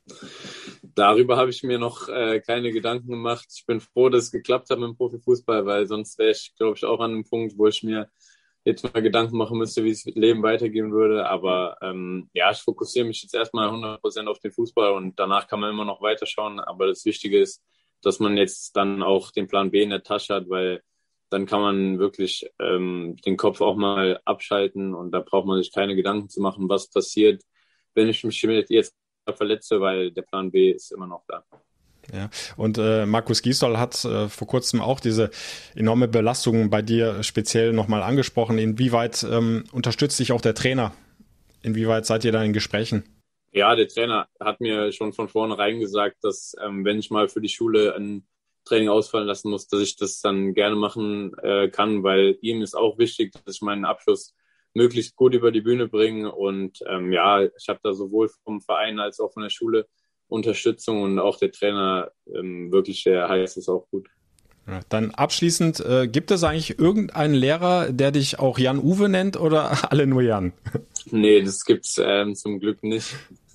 Darüber habe ich mir noch äh, keine Gedanken gemacht. Ich bin froh, dass es geklappt hat mit dem Profifußball, weil sonst wäre ich, glaube ich, auch an einem Punkt, wo ich mir jetzt mal Gedanken machen müsste, wie das Leben weitergehen würde. Aber ähm, ja, ich fokussiere mich jetzt erstmal hundert Prozent auf den Fußball und danach kann man immer noch weiterschauen. Aber das Wichtige ist, dass man jetzt dann auch den Plan B in der Tasche hat, weil dann kann man wirklich ähm, den Kopf auch mal abschalten und da braucht man sich keine Gedanken zu machen, was passiert, wenn ich mich jetzt verletze, weil der Plan B ist immer noch da. Ja, und äh, Markus Gisdol hat äh, vor kurzem auch diese enorme Belastung bei dir speziell nochmal angesprochen. Inwieweit ähm, unterstützt dich auch der Trainer? Inwieweit seid ihr da in Gesprächen? Ja, der Trainer hat mir schon von vornherein gesagt, dass ähm, wenn ich mal für die Schule ein Training ausfallen lassen muss, dass ich das dann gerne machen äh, kann, weil ihm ist auch wichtig, dass ich meinen Abschluss möglichst gut über die Bühne bringen. Und ähm, ja, ich habe da sowohl vom Verein als auch von der Schule Unterstützung und auch der Trainer ähm, wirklich, der heißt es auch gut. Ja, dann abschließend, äh, gibt es eigentlich irgendeinen Lehrer, der dich auch Jan-Uwe nennt oder alle nur Jan? Nee, das gibt's ähm, zum Glück nicht,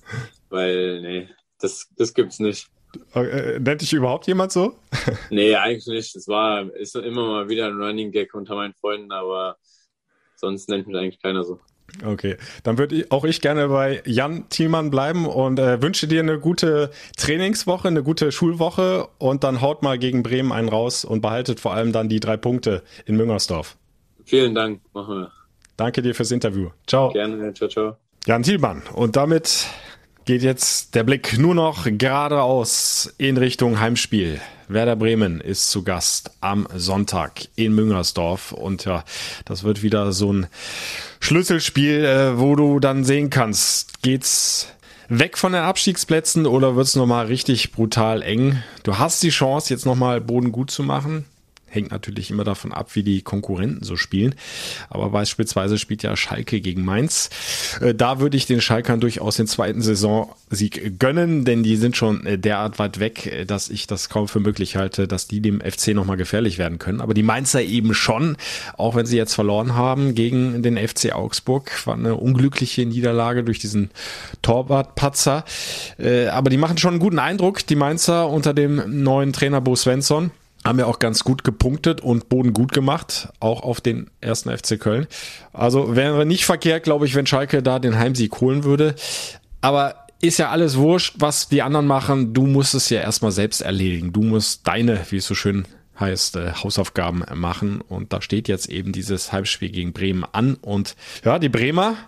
weil nee, das, das gibt's nicht. Äh, nennt dich überhaupt jemand so? Nee, eigentlich nicht. Es war, ist immer mal wieder ein Running Gag unter meinen Freunden, aber sonst nennt mich eigentlich keiner so. Okay, dann würde auch ich gerne bei Jan Thielmann bleiben und äh, wünsche dir eine gute Trainingswoche, eine gute Schulwoche und dann haut mal gegen Bremen einen raus und behaltet vor allem dann die drei Punkte in Müngersdorf. Vielen Dank, machen wir. Danke dir fürs Interview. Ciao. Gerne, ciao, ciao. Jan Thielmann. Und damit geht jetzt der Blick nur noch geradeaus in Richtung Heimspiel. Werder Bremen ist zu Gast am Sonntag in Müngersdorf und ja, das wird wieder so ein Schlüsselspiel, äh, wo du dann sehen kannst, geht's weg von den Abstiegsplätzen oder wird's nochmal richtig brutal eng? Du hast die Chance, jetzt nochmal Boden gut zu machen. Hängt natürlich immer davon ab, wie die Konkurrenten so spielen. Aber beispielsweise spielt ja Schalke gegen Mainz. Äh, da würde ich den Schalkern durchaus den zweiten Saisonsieg gönnen, denn die sind schon äh, derart weit weg, äh, dass ich das kaum für möglich halte, dass die dem F C nochmal gefährlich werden können. Aber die Mainzer eben schon, auch wenn sie jetzt verloren haben gegen den F C Augsburg. War eine unglückliche Niederlage durch diesen Torwartpatzer. Äh, aber die machen schon einen guten Eindruck, die Mainzer unter dem neuen Trainer Bo Svensson. Haben ja auch ganz gut gepunktet und Boden gut gemacht, auch auf den ersten F C Köln. Also wäre nicht verkehrt, glaube ich, wenn Schalke da den Heimsieg holen würde. Aber ist ja alles wurscht, was die anderen machen. Du musst es ja erstmal selbst erledigen. Du musst deine, wie es so schön heißt, Hausaufgaben machen. Und da steht jetzt eben dieses Heimspiel gegen Bremen an. Und ja, die Bremer,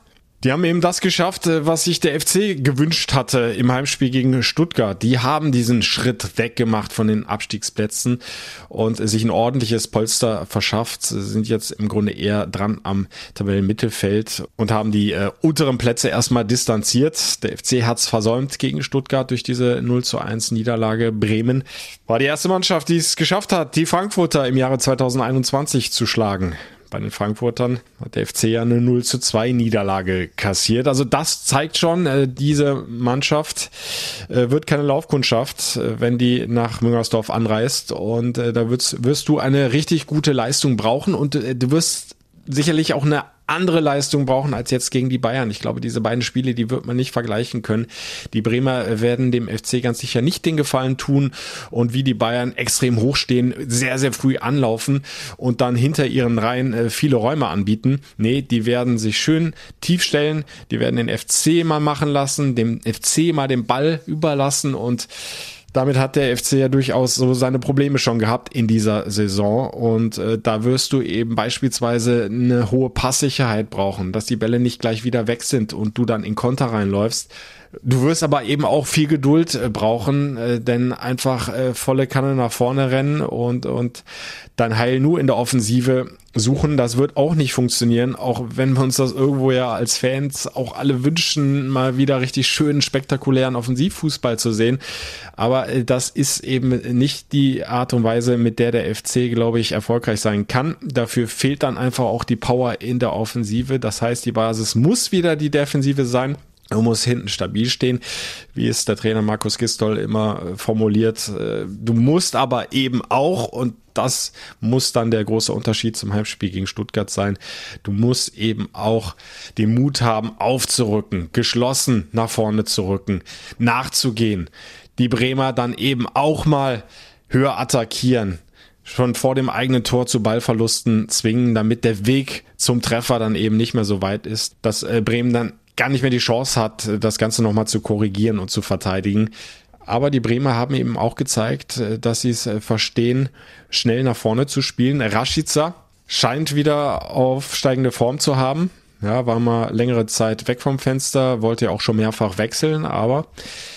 Die haben eben das geschafft, was sich der F C gewünscht hatte im Heimspiel gegen Stuttgart. Die haben diesen Schritt weggemacht von den Abstiegsplätzen und sich ein ordentliches Polster verschafft, sind jetzt im Grunde eher dran am Tabellenmittelfeld und haben die äh, unteren Plätze erstmal distanziert. Der F C hat es versäumt gegen Stuttgart durch diese null zu eins Niederlage. Bremen war die erste Mannschaft, die es geschafft hat, die Frankfurter im Jahre zweitausendeinundzwanzig zu schlagen. Bei den Frankfurtern hat der F C ja eine null zu zwei Niederlage kassiert. Also das zeigt schon, äh, diese Mannschaft äh, wird keine Laufkundschaft, äh, wenn die nach Müngersdorf anreist. Und äh, da wirst, wirst du eine richtig gute Leistung brauchen und äh, du wirst sicherlich auch eine andere Leistung brauchen als jetzt gegen die Bayern. Ich glaube, diese beiden Spiele, die wird man nicht vergleichen können. Die Bremer werden dem F C ganz sicher nicht den Gefallen tun und wie die Bayern extrem hoch stehen, sehr, sehr früh anlaufen und dann hinter ihren Reihen viele Räume anbieten. Nee, die werden sich schön tief stellen, die werden den F C mal machen lassen, dem F C mal den Ball überlassen und damit hat der F C ja durchaus so seine Probleme schon gehabt in dieser Saison und äh, da wirst du eben beispielsweise eine hohe Passsicherheit brauchen, dass die Bälle nicht gleich wieder weg sind und du dann in Konter reinläufst. Du wirst aber eben auch viel Geduld äh, brauchen, äh, denn einfach äh, volle Kanne nach vorne rennen und und dein Heil nur in der Offensive suchen, das wird auch nicht funktionieren, auch wenn wir uns das irgendwo ja als Fans auch alle wünschen, mal wieder richtig schönen, spektakulären Offensivfußball zu sehen. Aber äh, das ist eben nicht die Art und Weise, mit der der F C, glaube ich, erfolgreich sein kann. Dafür fehlt dann einfach auch die Power in der Offensive. Das heißt, die Basis muss wieder die Defensive sein. Du musst hinten stabil stehen, wie es der Trainer Markus Gisdol immer formuliert. Du musst aber eben auch, und das muss dann der große Unterschied zum Heimspiel gegen Stuttgart sein, du musst eben auch den Mut haben, aufzurücken, geschlossen nach vorne zu rücken, nachzugehen. Die Bremer dann eben auch mal höher attackieren, schon vor dem eigenen Tor zu Ballverlusten zwingen, damit der Weg zum Treffer dann eben nicht mehr so weit ist, dass Bremen dann gar nicht mehr die Chance hat, das Ganze nochmal zu korrigieren und zu verteidigen. Aber die Bremer haben eben auch gezeigt, dass sie es verstehen, schnell nach vorne zu spielen. Rashica scheint wieder aufsteigende Form zu haben. Ja, war mal längere Zeit weg vom Fenster, wollte ja auch schon mehrfach wechseln, aber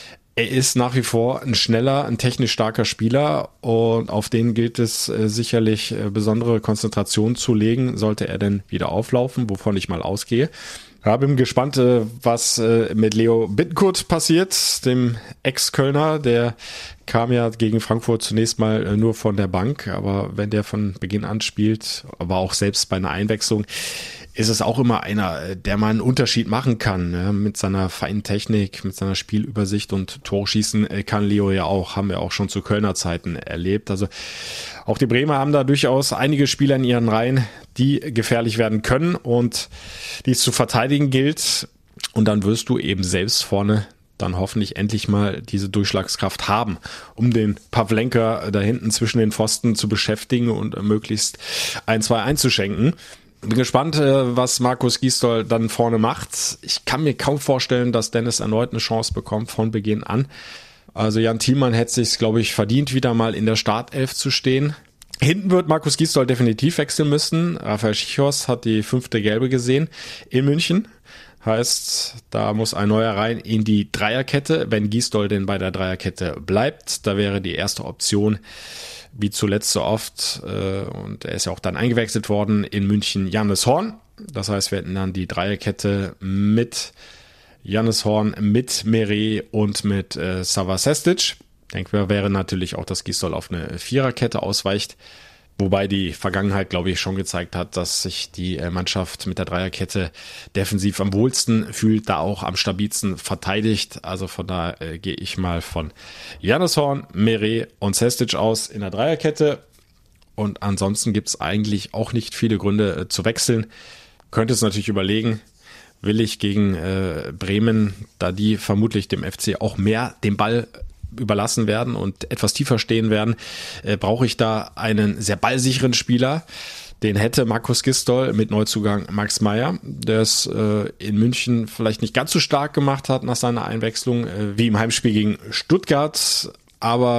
er ist nach wie vor ein schneller, ein technisch starker Spieler und auf den gilt es äh, sicherlich äh, besondere Konzentration zu legen, sollte er denn wieder auflaufen, wovon ich mal ausgehe. Ja, bin gespannt, äh, was äh, mit Leo Bittencourt passiert, dem Ex-Kölner, der kam ja gegen Frankfurt zunächst mal äh, nur von der Bank, aber wenn der von Beginn an spielt, aber auch selbst bei einer Einwechslung, ist es auch immer einer, der mal einen Unterschied machen kann, ja, mit seiner feinen Technik, mit seiner Spielübersicht und Torschießen kann Leo ja auch, haben wir auch schon zu Kölner Zeiten erlebt. Also auch die Bremer haben da durchaus einige Spieler in ihren Reihen, die gefährlich werden können und die es zu verteidigen gilt. Und dann wirst du eben selbst vorne dann hoffentlich endlich mal diese Durchschlagskraft haben, um den Pavlenka da hinten zwischen den Pfosten zu beschäftigen und möglichst ein, zwei einzuschenken. Bin gespannt, was Markus Gisdol dann vorne macht. Ich kann mir kaum vorstellen, dass Dennis erneut eine Chance bekommt von Beginn an. Also Jan Thielmann hätte sich, glaube ich, verdient, wieder mal in der Startelf zu stehen. Hinten wird Markus Gisdol definitiv wechseln müssen. Rafael Schichos hat die fünfte Gelbe gesehen in München. Heißt, da muss ein neuer rein in die Dreierkette, wenn Gisdol denn bei der Dreierkette bleibt. Da wäre die erste Option, wie zuletzt so oft, äh, und er ist ja auch dann eingewechselt worden in München, Jannis Horn. Das heißt, wir hätten dann die Dreierkette mit Jannis Horn, mit Meret und mit äh, Sava Sestic. Denkbar wäre natürlich auch, dass Gisdol auf eine Viererkette ausweicht. Wobei die Vergangenheit, glaube ich, schon gezeigt hat, dass sich die Mannschaft mit der Dreierkette defensiv am wohlsten fühlt, da auch am stabilsten verteidigt. Also von da äh, gehe ich mal von Jannis Horn, Meret und Sestic aus in der Dreierkette. Und ansonsten gibt es eigentlich auch nicht viele Gründe äh, zu wechseln. Könnte es natürlich überlegen, will ich gegen äh, Bremen, da die vermutlich dem F C auch mehr den Ball überlassen werden und etwas tiefer stehen werden, äh, brauche ich da einen sehr ballsicheren Spieler. Den hätte Markus Gisdol mit Neuzugang Max Meyer, der es äh, in München vielleicht nicht ganz so stark gemacht hat nach seiner Einwechslung äh, wie im Heimspiel gegen Stuttgart, aber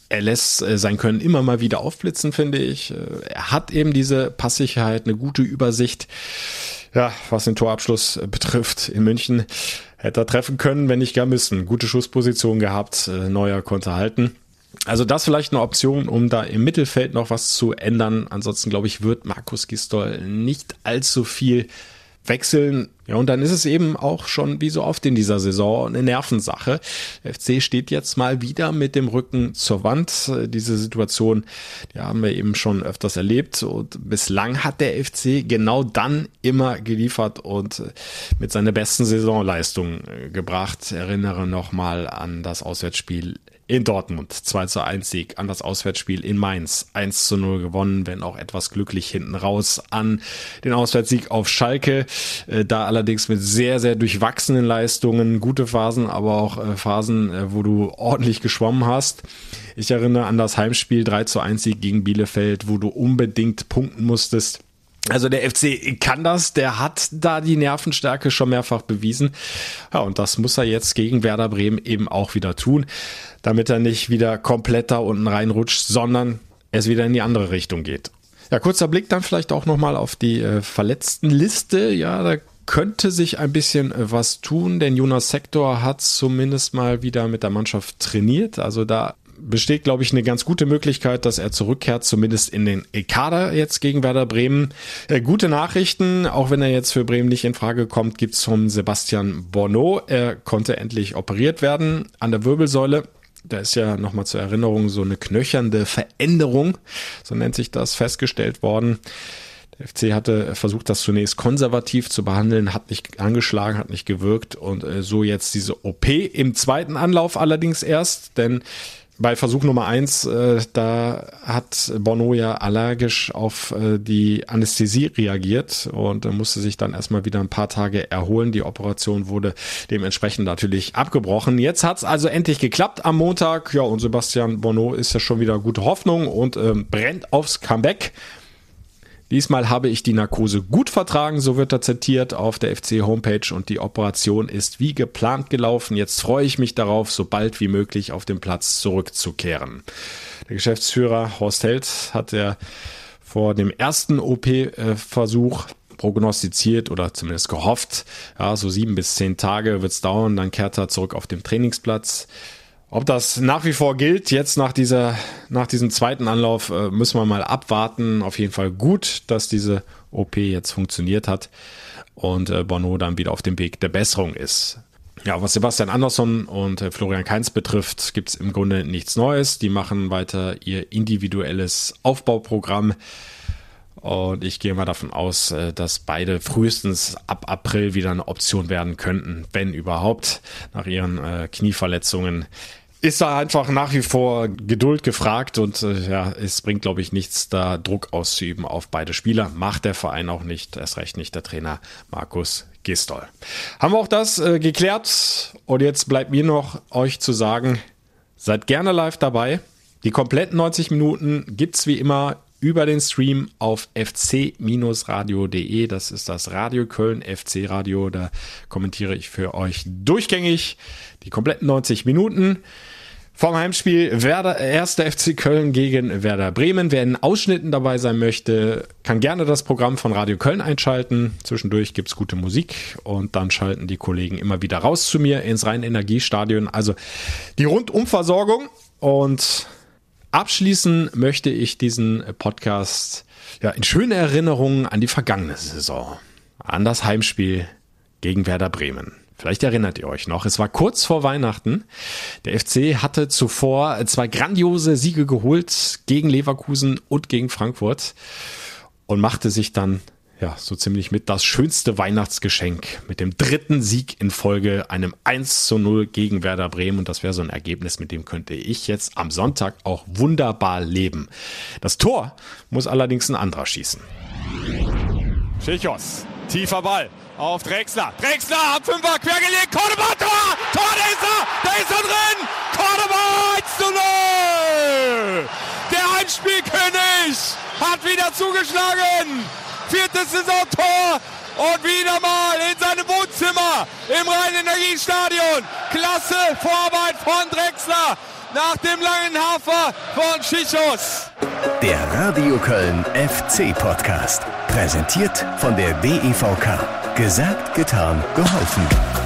Er lässt äh, sein Können immer mal wieder aufblitzen, finde ich. Äh, er hat eben diese Passsicherheit, eine gute Übersicht. Ja, was den Torabschluss äh, betrifft in München, hätte er treffen können, wenn nicht gar müssen. Gute Schussposition gehabt, äh, Neuer konnte halten. Also das vielleicht eine Option, um da im Mittelfeld noch was zu ändern. Ansonsten, glaube ich, wird Markus Gisdol nicht allzu viel wechseln. Ja, und dann ist es eben auch schon wie so oft in dieser Saison eine Nervensache. Der F C steht jetzt mal wieder mit dem Rücken zur Wand. Diese Situation, die haben wir eben schon öfters erlebt. Und bislang hat der F C genau dann immer geliefert und mit seiner besten Saisonleistung gebracht. Erinnere nochmal an das Auswärtsspiel in Dortmund, zwei zu eins Sieg, an das Auswärtsspiel in Mainz, eins zu null gewonnen, wenn auch etwas glücklich hinten raus, an den Auswärtssieg auf Schalke, äh, da allerdings mit sehr, sehr durchwachsenen Leistungen, gute Phasen, aber auch äh, Phasen, äh, wo du ordentlich geschwommen hast. Ich erinnere an das Heimspiel drei zu eins Sieg gegen Bielefeld, wo du unbedingt punkten musstest. Also der F C kann das, der hat da die Nervenstärke schon mehrfach bewiesen. Ja, und das muss er jetzt gegen Werder Bremen eben auch wieder tun, damit er nicht wieder komplett da unten reinrutscht, sondern es wieder in die andere Richtung geht. Ja, kurzer Blick dann vielleicht auch nochmal auf die äh, Verletztenliste. Ja, da könnte sich ein bisschen äh, was tun, denn Jonas Sektor hat zumindest mal wieder mit der Mannschaft trainiert. Also da besteht, glaube ich, eine ganz gute Möglichkeit, dass er zurückkehrt, zumindest in den Kader jetzt gegen Werder Bremen. Äh, gute Nachrichten, auch wenn er jetzt für Bremen nicht in Frage kommt, gibt's von Sebastian Bonneau. Er konnte endlich operiert werden an der Wirbelsäule. Da ist ja nochmal zur Erinnerung so eine knöchernde Veränderung, so nennt sich das, festgestellt worden. Der F C hatte versucht, das zunächst konservativ zu behandeln, hat nicht angeschlagen, hat nicht gewirkt und äh, so jetzt diese O P im zweiten Anlauf allerdings erst, denn bei Versuch Nummer eins, äh, da hat Bonneau ja allergisch auf äh, die Anästhesie reagiert und äh, musste sich dann erstmal wieder ein paar Tage erholen. Die Operation wurde dementsprechend natürlich abgebrochen. Jetzt hat's also endlich geklappt am Montag. Ja, und Sebastian Bonneau ist ja schon wieder gute Hoffnung und ähm, brennt aufs Comeback. Diesmal habe ich die Narkose gut vertragen, so wird er zitiert auf der F C-Homepage und die Operation ist wie geplant gelaufen. Jetzt freue ich mich darauf, so bald wie möglich auf den Platz zurückzukehren. Der Geschäftsführer Horst Held hat ja vor dem ersten O P-Versuch prognostiziert oder zumindest gehofft, ja, so sieben bis zehn Tage wird es dauern, dann kehrt er zurück auf den Trainingsplatz. Ob das nach wie vor gilt, jetzt nach dieser, nach diesem zweiten Anlauf, äh, müssen wir mal abwarten. Auf jeden Fall gut, dass diese O P jetzt funktioniert hat und äh, Bonneau dann wieder auf dem Weg der Besserung ist. Ja, was Sebastian Andersson und äh, Florian Kainz betrifft, gibt's im Grunde nichts Neues. Die machen weiter ihr individuelles Aufbauprogramm. Und ich gehe mal davon aus, dass beide frühestens ab April wieder eine Option werden könnten, wenn überhaupt, nach ihren äh, Knieverletzungen. Ist da einfach nach wie vor Geduld gefragt und äh, ja, es bringt, glaube ich, nichts, da Druck auszuüben auf beide Spieler. Macht der Verein auch nicht, erst recht nicht der Trainer Markus Gisdol. Haben wir auch das äh, geklärt und jetzt bleibt mir noch, euch zu sagen, seid gerne live dabei. Die kompletten neunzig Minuten gibt's wie immer über den Stream auf f c radio punkt d e. Das ist das Radio Köln F C Radio. Da kommentiere ich für euch durchgängig die kompletten neunzig Minuten vom Heimspiel Werder, erster F C Köln gegen Werder Bremen. Wer in Ausschnitten dabei sein möchte, kann gerne das Programm von Radio Köln einschalten. Zwischendurch gibt's gute Musik und dann schalten die Kollegen immer wieder raus zu mir ins Rhein-Energiestadion. Also die Rundumversorgung. Und abschließen möchte ich diesen Podcast ja in schöne Erinnerungen an die vergangene Saison, an das Heimspiel gegen Werder Bremen. Vielleicht erinnert ihr euch noch, es war kurz vor Weihnachten. Der F C hatte zuvor zwei grandiose Siege geholt gegen Leverkusen und gegen Frankfurt und machte sich dann ja so ziemlich mit das schönste Weihnachtsgeschenk mit dem dritten Sieg in Folge, einem eins zu null gegen Werder Bremen. Und das wäre so ein Ergebnis, mit dem könnte ich jetzt am Sonntag auch wunderbar leben. Das Tor muss allerdings ein anderer schießen. Schichos, tiefer Ball auf Drexler. Drexler am Fünfer, quergelegt, Cordoba, Tor! Tor, da ist er! Da ist er drin! Cordoba, eins zu null! Der Heimspielkönig hat wieder zugeschlagen! Viertes Saisontor und wieder mal in seinem Wohnzimmer Wohnzimmer im Rhein-Energiestadion. Klasse Vorarbeit von Drexler nach dem langen Hafer von Schichos. Der Radio Köln F C Podcast. Präsentiert von der D E V K. Gesagt, getan, geholfen.